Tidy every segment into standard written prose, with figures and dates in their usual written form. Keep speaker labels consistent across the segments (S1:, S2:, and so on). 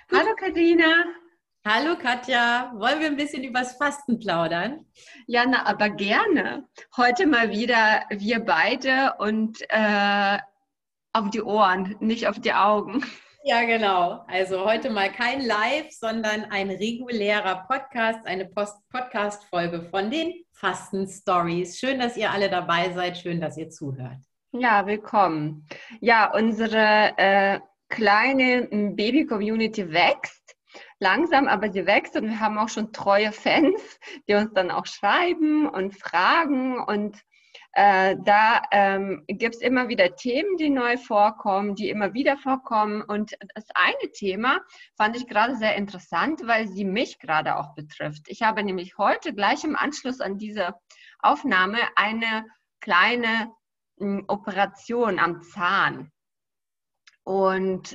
S1: Hallo Katharina.
S2: Hallo Katja, wollen wir ein bisschen übers Fasten plaudern?
S1: Ja, na, aber gerne. Heute mal wieder wir beide und auf die Ohren, nicht auf die Augen.
S2: Ja, genau. Also heute mal kein Live, sondern ein regulärer Podcast, eine Podcast-Folge von den Fasten-Stories. Schön, dass ihr alle dabei seid, schön, dass ihr zuhört.
S1: Ja, willkommen. Ja, unsere kleine Baby-Community wächst. Langsam, aber sie wächst und wir haben auch schon treue Fans, die uns dann auch schreiben und fragen und da gibt es immer wieder Themen, die neu vorkommen, die immer wieder vorkommen. Und das eine Thema fand ich gerade sehr interessant, weil sie mich gerade auch betrifft. Ich habe nämlich heute gleich im Anschluss an diese Aufnahme eine kleine Operation am Zahn. Und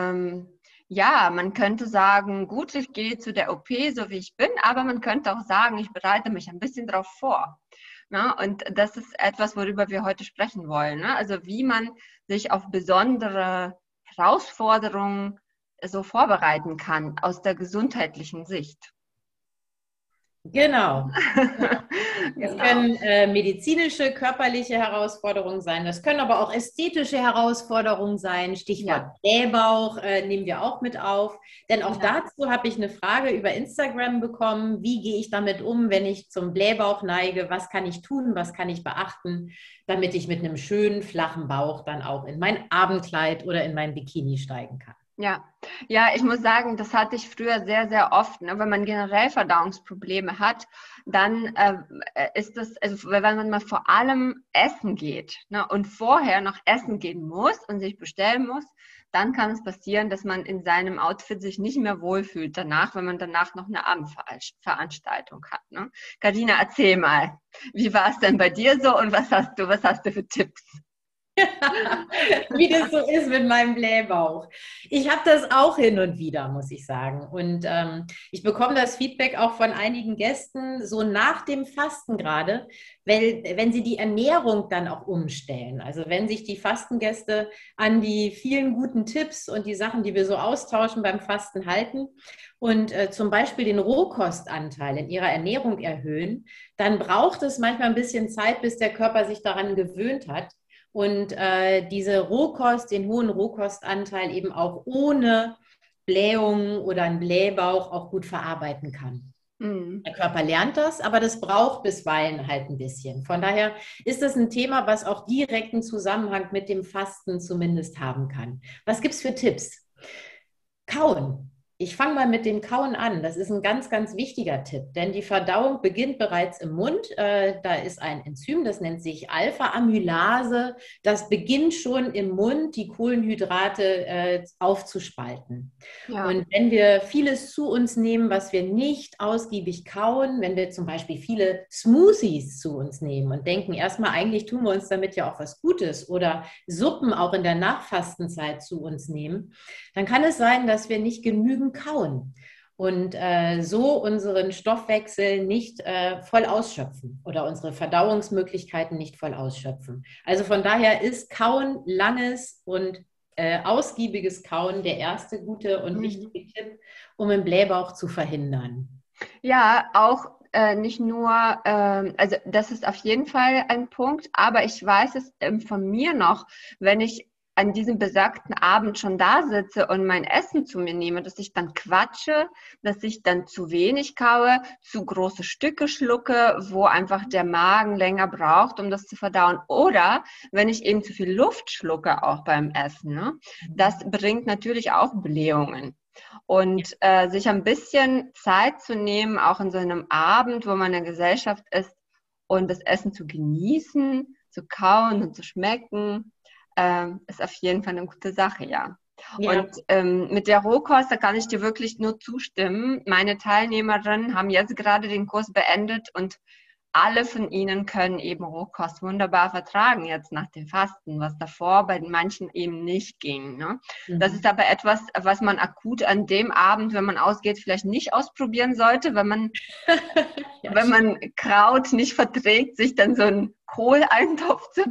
S1: ja, man könnte sagen, gut, ich gehe zu der OP, so wie ich bin, aber man könnte auch sagen, ich bereite mich ein bisschen darauf vor. Na, und das ist etwas, worüber wir heute sprechen wollen. Ne? Also wie man sich auf besondere Herausforderungen so vorbereiten kann aus der gesundheitlichen Sicht.
S2: Genau. Das
S1: Genau.
S2: können medizinische, körperliche Herausforderungen sein. Das können aber auch ästhetische Herausforderungen sein. Stichwort
S1: Ja,
S2: Blähbauch nehmen wir auch mit auf. Denn auch
S1: ja.
S2: dazu habe ich eine Frage über Instagram bekommen. Wie gehe ich damit um, wenn ich zum Blähbauch neige? Was kann ich tun? Was kann ich beachten, damit ich mit einem schönen, flachen Bauch dann auch in mein Abendkleid oder in mein Bikini steigen kann?
S1: Ja, ja, ich muss sagen, das hatte ich früher sehr, sehr oft. Ne? Wenn man generell Verdauungsprobleme hat, dann ist das, also wenn man mal vor allem essen geht, ne? Und vorher noch essen gehen muss und sich bestellen muss, dann kann es passieren, dass man in seinem Outfit sich nicht mehr wohlfühlt danach, wenn man danach noch eine Abendveranstaltung hat. Ne? Carina, erzähl mal, wie war es denn bei dir so und was hast du für Tipps?
S2: Wie das so ist mit meinem Blähbauch. Ich habe das auch hin und wieder, muss ich sagen. Und ich bekomme das Feedback auch von einigen Gästen, so nach dem Fasten gerade, weil, wenn sie die Ernährung dann auch umstellen. Also wenn sich die Fastengäste an die vielen guten Tipps und die Sachen, die wir so austauschen beim Fasten halten und zum Beispiel den Rohkostanteil in ihrer Ernährung erhöhen, dann braucht es manchmal ein bisschen Zeit, bis der Körper sich daran gewöhnt hat und diese Rohkost, den hohen Rohkostanteil eben auch ohne Blähungen oder einen Blähbauch auch gut verarbeiten kann.
S1: Hm.
S2: Der Körper lernt das, aber das braucht bisweilen halt ein bisschen. Von daher ist das ein Thema, was auch direkten Zusammenhang mit dem Fasten zumindest haben kann. Was gibt es für Tipps? Kauen. Ich fange mal mit dem Kauen an. Das ist ein ganz, ganz wichtiger Tipp, denn die Verdauung beginnt bereits im Mund. Da ist ein Enzym, das nennt sich Alpha-Amylase. Das beginnt schon im Mund, die Kohlenhydrate aufzuspalten.
S1: Ja.
S2: Und wenn wir vieles zu uns nehmen, was wir nicht ausgiebig kauen, wenn wir zum Beispiel viele Smoothies zu uns nehmen und denken, erstmal eigentlich tun wir uns damit ja auch was Gutes oder Suppen auch in der Nachfastenzeit zu uns nehmen, dann kann es sein, dass wir nicht genügend kauen und so unseren Stoffwechsel nicht voll ausschöpfen oder unsere Verdauungsmöglichkeiten nicht voll ausschöpfen. Also von daher ist Kauen, langes und ausgiebiges Kauen der erste gute und
S1: Mhm.
S2: wichtige Tipp, um einen Blähbauch zu verhindern.
S1: Ja, auch nicht nur, also das ist auf jeden Fall ein Punkt, aber ich weiß es von mir noch, wenn ich an diesem besagten Abend schon da sitze und mein Essen zu mir nehme, dass ich dann quatsche, dass ich dann zu wenig kaue, zu große Stücke schlucke, wo einfach der Magen länger braucht, um das zu verdauen. Oder wenn ich eben zu viel Luft schlucke, auch beim Essen, ne? Das bringt natürlich auch Blähungen. Und sich ein bisschen Zeit zu nehmen, auch in so einem Abend, wo man in der Gesellschaft ist, und das Essen zu genießen, zu kauen und zu schmecken, ist auf jeden Fall eine gute Sache, ja. Und
S2: Ja,
S1: mit der Rohkost, da kann ich dir wirklich nur zustimmen. Meine Teilnehmerinnen haben jetzt gerade den Kurs beendet und alle von ihnen können eben Rohkost wunderbar vertragen jetzt nach dem Fasten, was davor bei den manchen eben nicht ging. Ne? Das ist
S2: mhm.
S1: aber etwas, was man akut an dem Abend, wenn man ausgeht, vielleicht nicht ausprobieren sollte,
S2: Ja,
S1: wenn man Kraut nicht verträgt, sich dann so einen Kohleintopf zu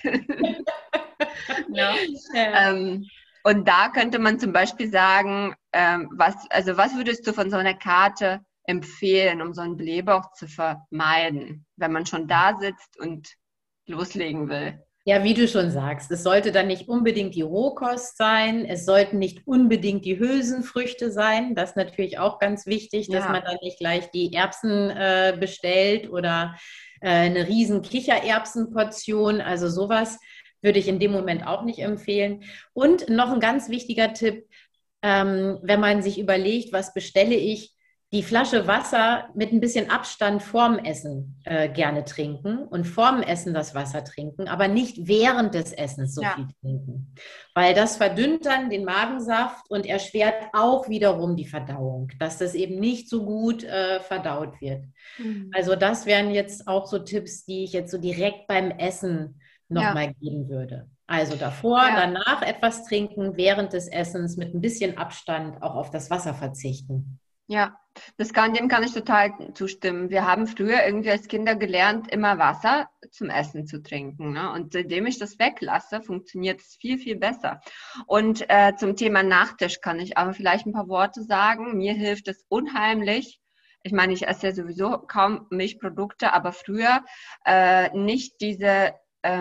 S1: bestellen. Ne?
S2: ja.
S1: Ähm, und da könnte man zum Beispiel sagen, was würdest du von so einer Karte empfehlen, um so einen Blähbauch zu vermeiden, wenn man schon da sitzt und loslegen will?
S2: Ja, wie du schon sagst, es sollte dann nicht unbedingt die Rohkost sein, es sollten nicht unbedingt die Hülsenfrüchte sein. Das ist natürlich auch ganz wichtig, dass man dann nicht gleich die Erbsen bestellt oder eine riesen Kichererbsenportion. Also sowas würde ich in dem Moment auch nicht empfehlen. Und noch ein ganz wichtiger Tipp, wenn man sich überlegt, was bestelle ich, die Flasche Wasser mit ein bisschen Abstand vorm Essen gerne trinken und vorm Essen das Wasser trinken, aber nicht während des Essens so viel trinken. Weil das verdünnt dann den Magensaft und erschwert auch wiederum die Verdauung, dass das eben nicht so gut verdaut wird. Also das wären jetzt auch so Tipps, die ich jetzt so direkt beim Essen nochmal geben würde. Also davor, danach etwas trinken, während des Essens mit ein bisschen Abstand auch auf das Wasser verzichten.
S1: Ja, dem kann ich total zustimmen. Wir haben früher irgendwie als Kinder gelernt, immer Wasser zum Essen zu trinken. Ne? Und seitdem ich das weglasse, funktioniert es viel, viel besser. Und zum Thema Nachtisch kann ich aber vielleicht ein paar Worte sagen. Mir hilft es unheimlich. Ich meine, ich esse ja sowieso kaum Milchprodukte, aber früher nicht diese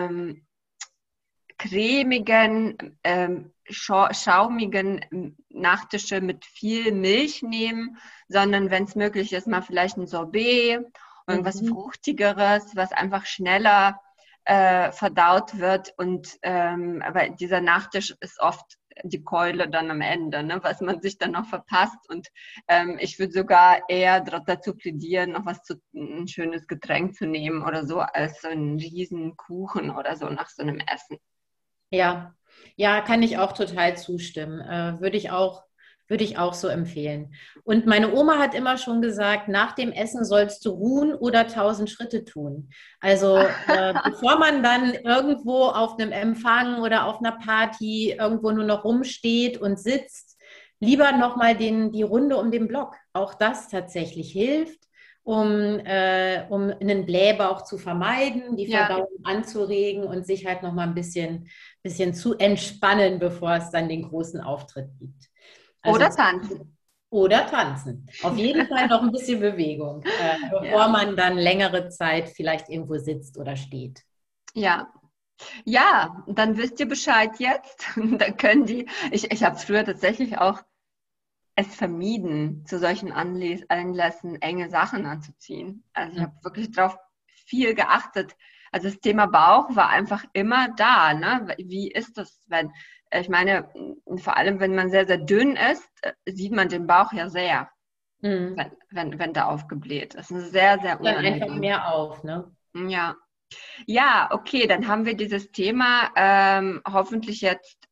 S1: cremigen, schaumigen Nachtische mit viel Milch nehmen, sondern wenn es möglich ist, mal vielleicht ein Sorbet, irgendwas Fruchtigeres, was einfach schneller verdaut wird. Und aber dieser Nachtisch ist oft die Keule dann am Ende, ne, was man sich dann noch verpasst. Und ich würde sogar eher dazu plädieren, noch ein schönes Getränk zu nehmen oder so, als so einen riesen Kuchen oder so nach so einem Essen.
S2: Ja, ja, kann ich auch total zustimmen. Würde ich auch so empfehlen. Und meine Oma hat immer schon gesagt, nach dem Essen sollst du ruhen oder 1000 Schritte tun. Also bevor man dann irgendwo auf einem Empfang oder auf einer Party irgendwo nur noch rumsteht und sitzt, lieber nochmal die Runde um den Block. Auch das tatsächlich hilft, um einen Blähbauch zu vermeiden, die Verdauung anzuregen und sich halt nochmal ein bisschen zu entspannen, bevor es dann den großen Auftritt gibt. Also,
S1: oder tanzen.
S2: Oder tanzen. Auf jeden Fall noch ein bisschen Bewegung, bevor man dann längere Zeit vielleicht irgendwo sitzt oder steht.
S1: Ja. Ja, dann wisst ihr Bescheid jetzt. Dann ich habe früher tatsächlich auch es vermieden, zu solchen Anlässen enge Sachen anzuziehen. Also ich habe wirklich darauf viel geachtet. Also das Thema Bauch war einfach immer da. Ne? Wie ist das, ich meine, vor allem wenn man sehr, sehr dünn ist, sieht man den Bauch ja sehr, wenn der aufgebläht ist. Das ist sehr, sehr unangenehm.
S2: Dann einfach mehr auf, ne?
S1: Ja. Ja, okay, dann haben wir dieses Thema hoffentlich jetzt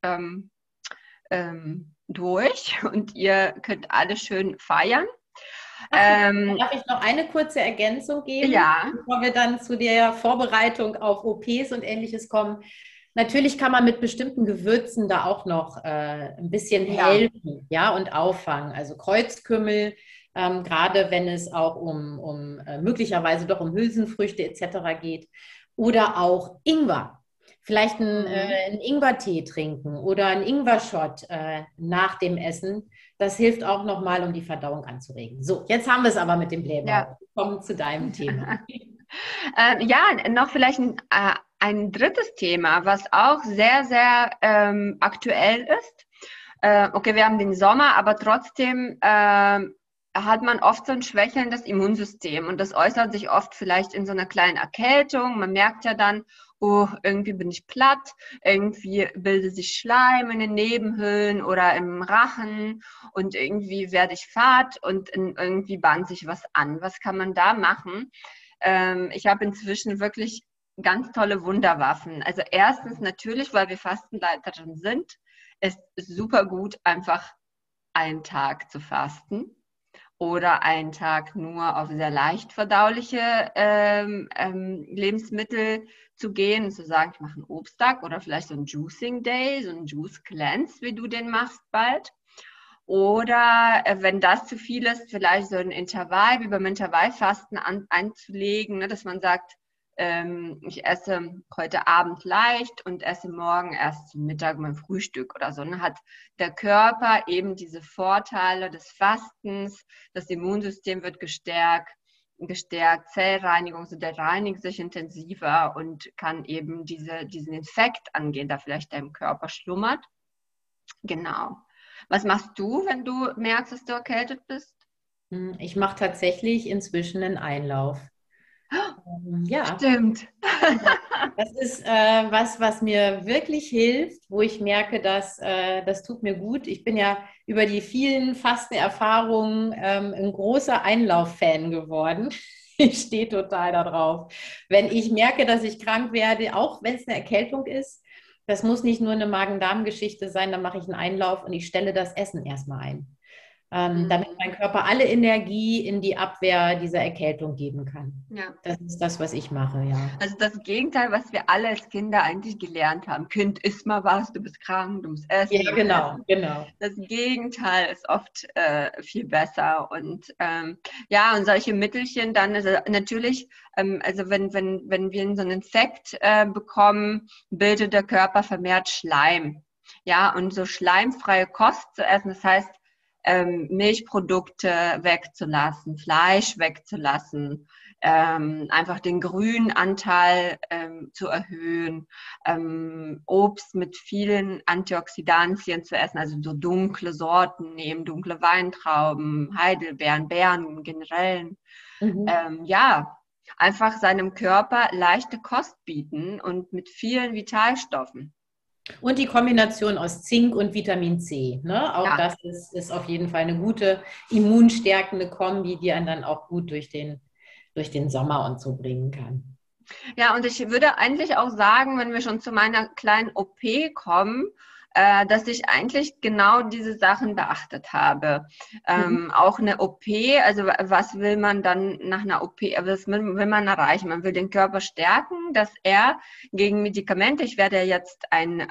S1: durch und ihr könnt alle schön feiern.
S2: Darf ich noch eine kurze Ergänzung geben, bevor wir dann zu der Vorbereitung auf OPs und Ähnliches kommen? Natürlich kann man mit bestimmten Gewürzen da auch noch ein bisschen helfen, und auffangen. Also Kreuzkümmel, gerade wenn es auch um möglicherweise doch um Hülsenfrüchte etc. geht. Oder auch Ingwer. Vielleicht einen Ingwertee trinken oder einen Ingwer-Shot nach dem Essen. Das hilft auch nochmal, um die Verdauung anzuregen. So, jetzt haben wir es aber mit dem Blähbauch. Ja. Wir kommen zu deinem Thema.
S1: Noch vielleicht ein drittes Thema, was auch sehr, sehr aktuell ist. Okay, wir haben den Sommer, aber trotzdem hat man oft so ein schwächelndes Immunsystem und das äußert sich oft vielleicht in so einer kleinen Erkältung. Man merkt ja dann, oh, irgendwie bin ich platt, irgendwie bildet sich Schleim in den Nebenhöhlen oder im Rachen und irgendwie werde ich fad und irgendwie bahnt sich was an. Was kann man da machen? Ich habe inzwischen wirklich ganz tolle Wunderwaffen. Also erstens natürlich, weil wir Fastenleiterin sind, ist super gut, einfach einen Tag zu fasten. Oder einen Tag nur auf sehr leicht verdauliche Lebensmittel zu gehen und zu sagen, ich mache einen Obsttag oder vielleicht so einen Juicing Day, so einen Juice Cleanse, wie du den machst bald. Oder wenn das zu viel ist, vielleicht so ein Intervall, wie beim Intervallfasten einzulegen, ne, dass man sagt, ich esse heute Abend leicht und esse morgen erst zum Mittag mein Frühstück oder so. Dann hat der Körper eben diese Vorteile des Fastens, das Immunsystem wird gestärkt, Zellreinigung, so der reinigt sich intensiver und kann eben diesen Infekt angehen, der vielleicht deinem Körper schlummert. Genau. Was machst du, wenn du merkst, dass du erkältet bist?
S2: Ich mache tatsächlich inzwischen einen Einlauf. Ja,
S1: Stimmt.
S2: das ist was mir wirklich hilft, wo ich merke, dass das tut mir gut. Ich bin ja über die vielen Fastenerfahrungen ein großer Einlauf-Fan geworden. Ich stehe total darauf. Wenn ich merke, dass ich krank werde, auch wenn es eine Erkältung ist, das muss nicht nur eine Magen-Darm-Geschichte sein, dann mache ich einen Einlauf und ich stelle das Essen erstmal ein, damit mein Körper alle Energie in die Abwehr dieser Erkältung geben kann.
S1: Ja.
S2: Das ist das, was ich mache, ja.
S1: Also das Gegenteil, was wir alle als Kinder eigentlich gelernt haben. Kind, iss mal was, du bist krank, du musst essen.
S2: Ja, genau, genau.
S1: Das Gegenteil ist oft viel besser. Und ja, und solche Mittelchen dann, also natürlich, also wenn wir so einen Infekt bekommen, bildet der Körper vermehrt Schleim. Ja, und so schleimfreie Kost zu essen, das heißt, Milchprodukte wegzulassen, Fleisch wegzulassen, einfach den Grünanteil zu erhöhen, Obst mit vielen Antioxidantien zu essen, also so dunkle Sorten nehmen, dunkle Weintrauben, Heidelbeeren, Beeren generell. Ja, einfach seinem Körper leichte Kost bieten und mit vielen Vitalstoffen.
S2: Und die Kombination aus Zink und Vitamin C. Ne? Auch
S1: Ja.
S2: das ist auf jeden Fall eine gute immunstärkende Kombi, die einen dann auch gut durch den Sommer und so bringen kann.
S1: Ja, und ich würde eigentlich auch sagen, wenn wir schon zu meiner kleinen OP kommen, dass ich eigentlich genau diese Sachen beachtet habe. Auch eine OP, also was will man dann nach einer OP, was will man erreichen? Man will den Körper stärken, dass er gegen Medikamente, ich werde jetzt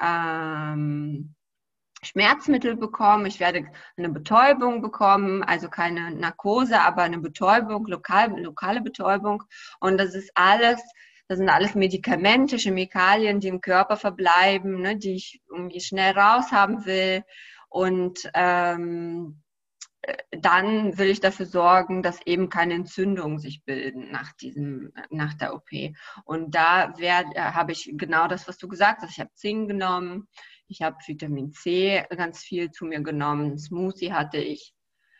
S1: ein Schmerzmittel bekommen, ich werde eine Betäubung bekommen, also keine Narkose, aber eine Betäubung, lokale Betäubung. Und das sind alles Medikamente, Chemikalien, die im Körper verbleiben, ne, die ich irgendwie schnell raushaben will. Und dann will ich dafür sorgen, dass eben keine Entzündungen sich bilden nach der OP. Und da habe ich genau das, was du gesagt hast. Ich habe Zink genommen, ich habe Vitamin C ganz viel zu mir genommen, Smoothie hatte ich,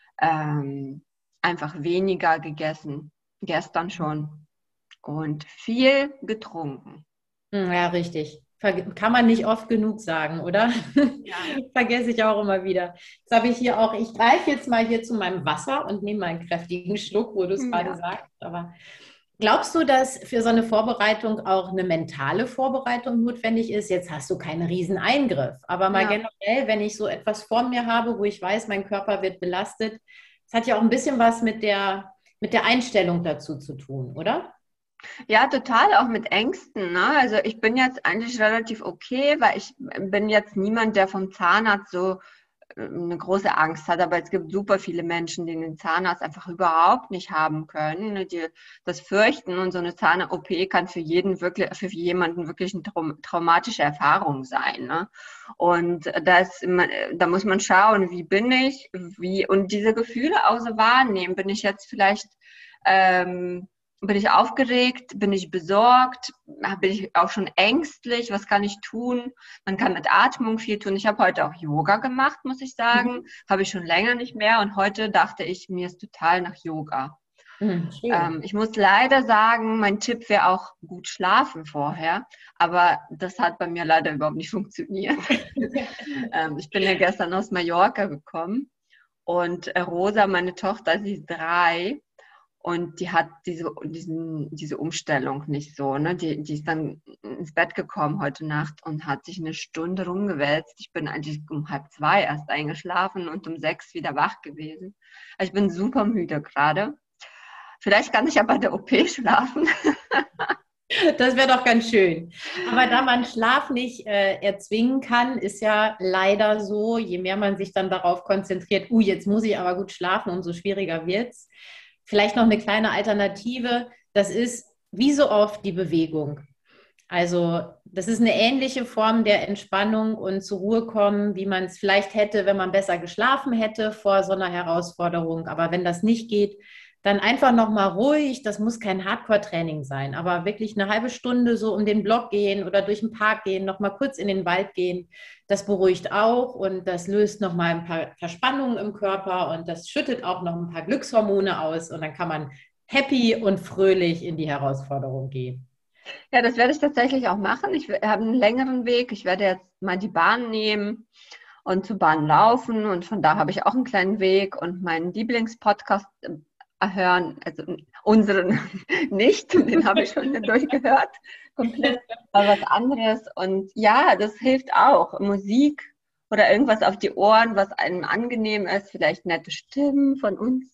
S1: einfach weniger gegessen, gestern schon. Und viel getrunken.
S2: Ja, richtig. Kann man nicht oft genug sagen, oder? Ja. Vergesse ich auch immer wieder. Jetzt habe ich hier auch, ich greife jetzt mal hier zu meinem Wasser und nehme mal einen kräftigen Schluck, wo du es gerade sagst. Aber glaubst du, dass für so eine Vorbereitung auch eine mentale Vorbereitung notwendig ist? Jetzt hast du keinen riesen Eingriff, aber mal generell, wenn ich so etwas vor mir habe, wo ich weiß, mein Körper wird belastet, das hat ja auch ein bisschen was mit der Einstellung dazu zu tun, oder?
S1: Ja, total, auch mit Ängsten. Ne? Also ich bin jetzt eigentlich relativ okay, weil ich bin jetzt niemand, der vom Zahnarzt so eine große Angst hat. Aber es gibt super viele Menschen, die den Zahnarzt einfach überhaupt nicht haben können, ne? Die das fürchten. Und so eine Zahn-OP kann für jemanden wirklich eine traumatische Erfahrung sein. Ne? Und da muss man schauen, wie bin ich, und diese Gefühle auch so wahrnehmen. Bin ich jetzt vielleicht bin ich aufgeregt? Bin ich besorgt? Bin ich auch schon ängstlich? Was kann ich tun? Man kann mit Atmung viel tun. Ich habe heute auch Yoga gemacht, muss ich sagen. Habe ich schon länger nicht mehr. Und heute dachte ich, mir ist total nach Yoga. Ich muss leider sagen, mein Tipp wäre auch gut schlafen vorher. Aber das hat bei mir leider überhaupt nicht funktioniert. Ich bin ja gestern aus Mallorca gekommen. Und Rosa, meine Tochter, sie ist 3. Und die hat diese Umstellung nicht so. Ne? Die ist dann ins Bett gekommen heute Nacht und hat sich eine Stunde rumgewälzt. Ich bin eigentlich um 1:30 erst eingeschlafen und um 6 wieder wach gewesen. Also ich bin super müde gerade. Vielleicht kann ich ja bei der OP schlafen.
S2: Das wäre doch ganz schön. Aber da man Schlaf nicht erzwingen kann, ist ja leider so, je mehr man sich dann darauf konzentriert, jetzt muss ich aber gut schlafen, umso schwieriger wird es. Vielleicht noch eine kleine Alternative, das ist wie so oft die Bewegung. Also das ist eine ähnliche Form der Entspannung und zur Ruhe kommen, wie man es vielleicht hätte, wenn man besser geschlafen hätte vor so einer Herausforderung. Aber wenn das nicht geht, dann einfach nochmal ruhig. Das muss kein Hardcore-Training sein, aber wirklich eine halbe Stunde so um den Block gehen oder durch den Park gehen, nochmal kurz in den Wald gehen. Das beruhigt auch und das löst nochmal ein paar Verspannungen im Körper und das schüttet auch noch ein paar Glückshormone aus und dann kann man happy und fröhlich in die Herausforderung gehen.
S1: Ja, das werde ich tatsächlich auch machen. Ich habe einen längeren Weg. Ich werde jetzt mal die Bahn nehmen und zur Bahn laufen. Und von da habe ich auch einen kleinen Weg und meinen Lieblingspodcast hören. Also unseren nicht, den habe ich schon durchgehört. Komplett. Aber was anderes. Und ja, das hilft auch. Musik oder irgendwas auf die Ohren, was einem angenehm ist. Vielleicht nette Stimmen von uns.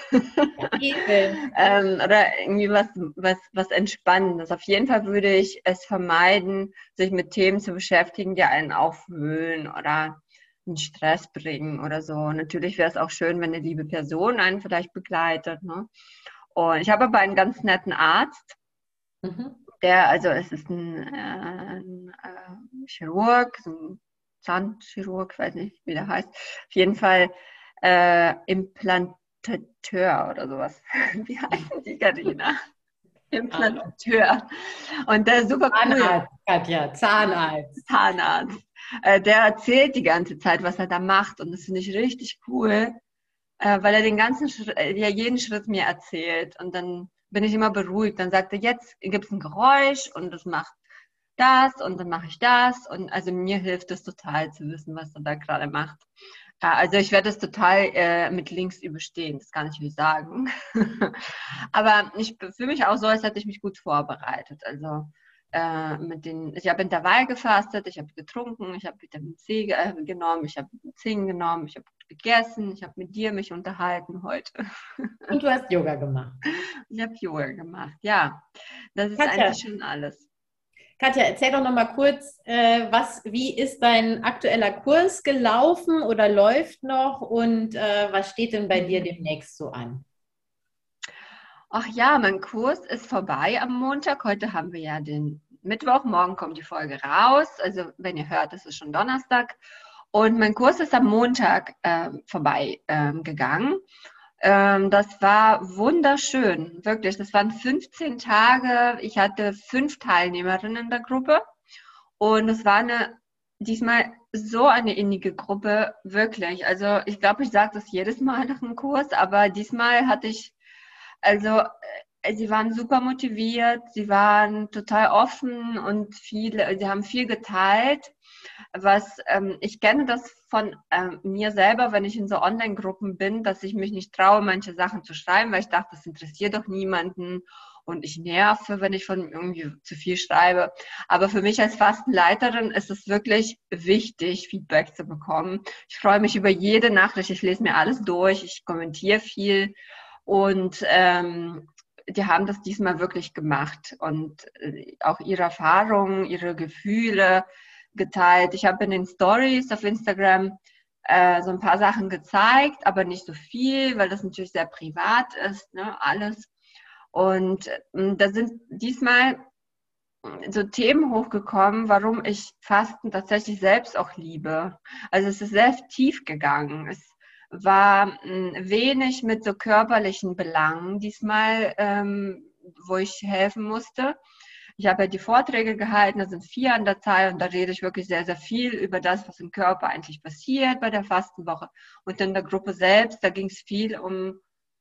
S1: Oder irgendwie was Entspannendes. Auf jeden Fall würde ich es vermeiden, sich mit Themen zu beschäftigen, die einen aufwühlen oder in Stress bringen oder so. Natürlich wäre es auch schön, wenn eine liebe Person einen vielleicht begleitet. Ne? Und ich habe aber einen ganz netten Arzt, also es ist ein Chirurg, ein Zahnchirurg, weiß nicht, wie der heißt. Auf jeden Fall Implantateur oder sowas. Wie heißen die, Carina? Implantateur. Und der ist super cool.
S2: Zahnarzt, Katja, Zahnarzt.
S1: Zahnarzt. Der erzählt die ganze Zeit, was er da macht. Und das finde ich richtig cool, weil er den ganzen jeden Schritt mir erzählt. Und dann bin ich immer beruhigt. Dann sagt er, jetzt gibt es ein Geräusch und das macht das und dann mache ich das. Und also mir hilft es total zu wissen, was er da gerade macht. Also ich werde es total mit links überstehen, das kann ich nicht sagen. Aber ich fühle mich auch so, als hätte ich mich gut vorbereitet. Also ich habe Intervall gefastet, ich habe getrunken, ich habe Vitamin C genommen, ich habe Zink genommen, ich habe gegessen, ich habe mit dir mich unterhalten heute.
S2: Und du hast Yoga gemacht.
S1: Ich habe Yoga gemacht, ja. Das ist
S2: Katja,
S1: eigentlich schon alles.
S2: Katja, erzähl doch noch mal kurz, wie ist dein aktueller Kurs gelaufen oder läuft noch und was steht denn bei dir demnächst so an?
S1: Ach ja, mein Kurs ist vorbei am Montag. Heute haben wir ja den Mittwoch. Morgen kommt die Folge raus. Also wenn ihr hört, ist es schon Donnerstag. Und mein Kurs ist am Montag vorbei gegangen. Das war wunderschön, wirklich. Das waren 15 Tage. Ich hatte 5 Teilnehmerinnen in der Gruppe. Und es war diesmal so eine innige Gruppe, wirklich. Also ich glaube, ich sage das jedes Mal nach dem Kurs, aber diesmal hatte ich also, sie waren super motiviert, sie waren total offen und sie haben viel geteilt. Ich kenne das von mir selber, wenn ich in so Online-Gruppen bin, dass ich mich nicht traue, manche Sachen zu schreiben, weil ich dachte, das interessiert doch niemanden und ich nerve, wenn ich von irgendwie zu viel schreibe. Aber für mich als Fastenleiterin ist es wirklich wichtig, Feedback zu bekommen. Ich freue mich über jede Nachricht, ich lese mir alles durch, ich kommentiere viel. Und die haben das diesmal wirklich gemacht und auch ihre Erfahrungen, ihre Gefühle geteilt. Ich habe in den Stories auf Instagram so ein paar Sachen gezeigt, aber nicht so viel, weil das natürlich sehr privat ist, ne, alles. Und da sind diesmal so Themen hochgekommen, warum ich Fasten tatsächlich selbst auch liebe. Also es ist sehr tief gegangen. Es war wenig mit so körperlichen Belangen diesmal, wo ich helfen musste. Ich habe ja die Vorträge gehalten, da sind 4 an der Zahl und da rede ich wirklich sehr, sehr viel über das, was im Körper eigentlich passiert bei der Fastenwoche. Und in der Gruppe selbst, da ging es viel um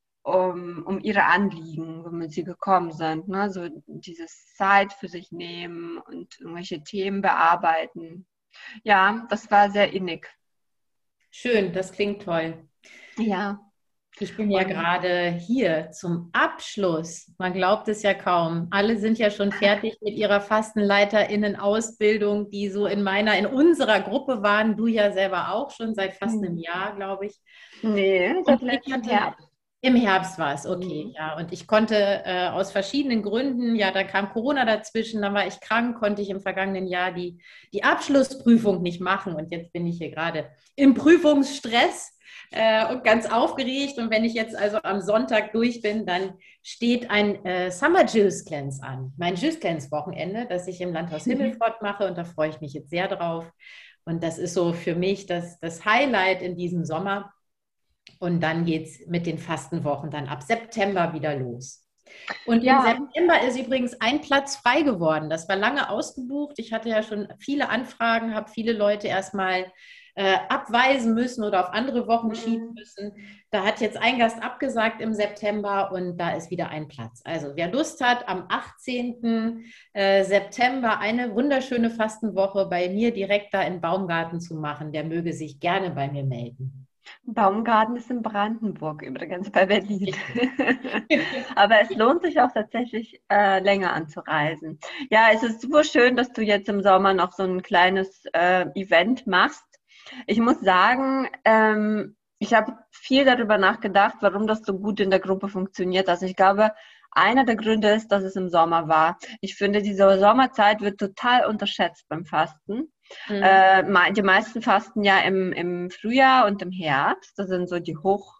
S1: ihre Anliegen, womit sie gekommen sind. Ne? So dieses Zeit für sich nehmen und irgendwelche Themen bearbeiten. Ja, das war sehr innig.
S2: Schön, das klingt toll.
S1: Ja.
S2: Ich bin ja gerade hier zum Abschluss. Man glaubt es ja kaum. Alle sind ja schon fertig mit ihrer FastenleiterInnen-Ausbildung, die so in unserer Gruppe waren. Du ja selber auch schon seit fast einem Jahr, glaube ich.
S1: Nee, seit letztem Herbst.
S2: Im Herbst war es, okay, ja. Und ich konnte aus verschiedenen Gründen, ja, da kam Corona dazwischen, dann war ich krank, konnte ich im vergangenen Jahr die Abschlussprüfung nicht machen. Und jetzt bin ich hier gerade im Prüfungsstress und ganz aufgeregt. Und wenn ich jetzt also am Sonntag durch bin, dann steht ein Summer Juice Cleanse an. Mein Juice Cleanse Wochenende, das ich im Landhaus Himmelfort mache. Und da freue ich mich jetzt sehr drauf. Und das ist so für mich das Highlight in diesem Sommer. Und dann geht es mit den Fastenwochen dann ab September wieder los. Und im September ist übrigens ein Platz frei geworden. Das war lange ausgebucht. Ich hatte ja schon viele Anfragen, habe viele Leute erstmal abweisen müssen oder auf andere Wochen schieben müssen. Da hat jetzt ein Gast abgesagt im September und da ist wieder ein Platz. Also wer Lust hat, am 18. September eine wunderschöne Fastenwoche bei mir direkt da in Baumgarten zu machen, der möge sich gerne bei mir melden.
S1: Baumgarten ist in Brandenburg übrigens bei Berlin. Aber es lohnt sich auch tatsächlich länger anzureisen. Ja, es ist super schön, dass du jetzt im Sommer noch so ein kleines Event machst. Ich muss sagen, ich habe viel darüber nachgedacht, warum das so gut in der Gruppe funktioniert. Also ich glaube, einer der Gründe ist, dass es im Sommer war. Ich finde, diese Sommerzeit wird total unterschätzt beim Fasten. Die meisten fasten ja im Frühjahr und im Herbst. Das sind so die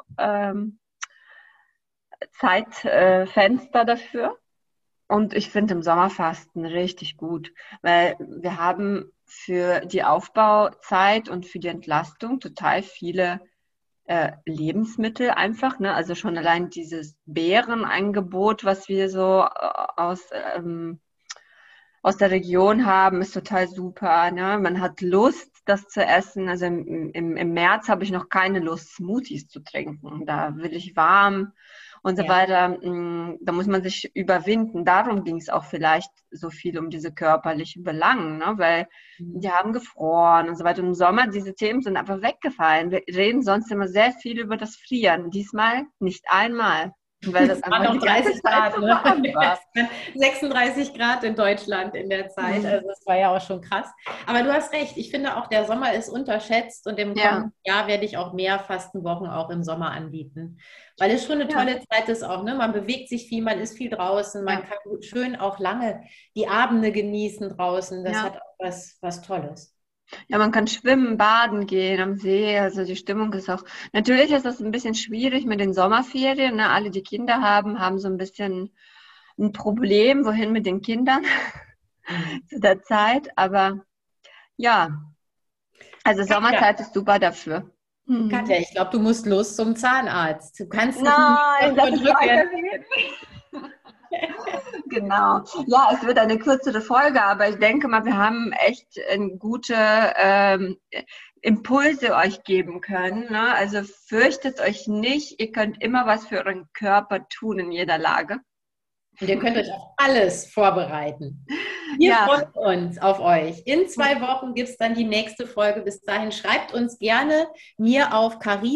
S1: Hochzeitfenster dafür. Und ich finde im Sommerfasten richtig gut, weil wir haben für die Aufbauzeit und für die Entlastung total viele Lebensmittel einfach, ne? Also schon allein dieses Beerenangebot, was wir so aus der Region haben, ist total super. Ne? Man hat Lust, das zu essen. Also im März habe ich noch keine Lust, Smoothies zu trinken. Da will ich warm und so weiter. Da muss man sich überwinden. Darum ging es auch vielleicht so viel um diese körperlichen Belangen, ne? Weil die haben gefroren und so weiter. Und im Sommer, diese Themen sind einfach weggefallen. Wir reden sonst immer sehr viel über das Frieren. Diesmal nicht einmal. Weil das
S2: waren noch 30 Grad,
S1: so warm war.
S2: 36 Grad in Deutschland in der Zeit. Also das war ja auch schon krass. Aber du hast recht. Ich finde auch, der Sommer ist unterschätzt und im kommenden Jahr werde ich auch mehr Fastenwochen auch im Sommer anbieten. Weil es schon eine tolle Zeit ist auch. Ne? Man bewegt sich viel, man ist viel draußen, man kann schön auch lange die Abende genießen draußen. Das hat auch was Tolles.
S1: Ja, man kann schwimmen, baden gehen am See, also die Stimmung ist auch, natürlich ist das ein bisschen schwierig mit den Sommerferien, ne? Alle, die Kinder haben so ein bisschen ein Problem, wohin mit den Kindern zu der Zeit, aber ja, also Sommerzeit ist super dafür.
S2: Katja, ich glaube, du musst los zum Zahnarzt. Du kannst nicht
S1: Genau. Ja, es wird eine kürzere Folge, aber ich denke mal, wir haben echt gute Impulse euch geben können. Ne? Also fürchtet euch nicht. Ihr könnt immer was für euren Körper tun in jeder Lage.
S2: Und ihr könnt euch auf alles vorbereiten. Wir freuen uns auf euch. In 2 Wochen gibt es dann die nächste Folge. Bis dahin schreibt uns gerne mir auf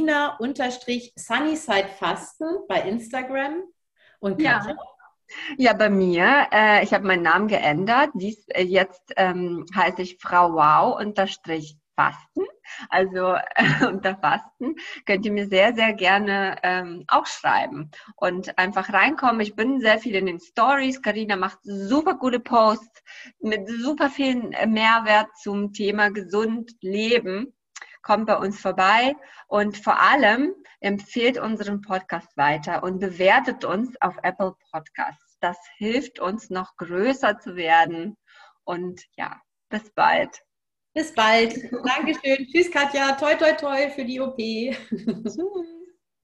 S2: Carina_Sunnysidefasten bei Instagram. Und Katja?
S1: Ja, bei mir, ich habe meinen Namen geändert. Jetzt heiße ich Frau Wow_Fasten. Also unter Fasten könnt ihr mir sehr, sehr gerne auch schreiben und einfach reinkommen. Ich bin sehr viel in den Stories. Carina macht super gute Posts mit super vielen Mehrwert zum Thema gesund leben. Kommt bei uns vorbei und vor allem empfehlt unseren Podcast weiter und bewertet uns auf Apple Podcasts. Das hilft uns, noch größer zu werden. Und ja, bis bald.
S2: Bis bald. Dankeschön. Tschüss, Katja. Toi, toi, toi für die OP. Tschüss.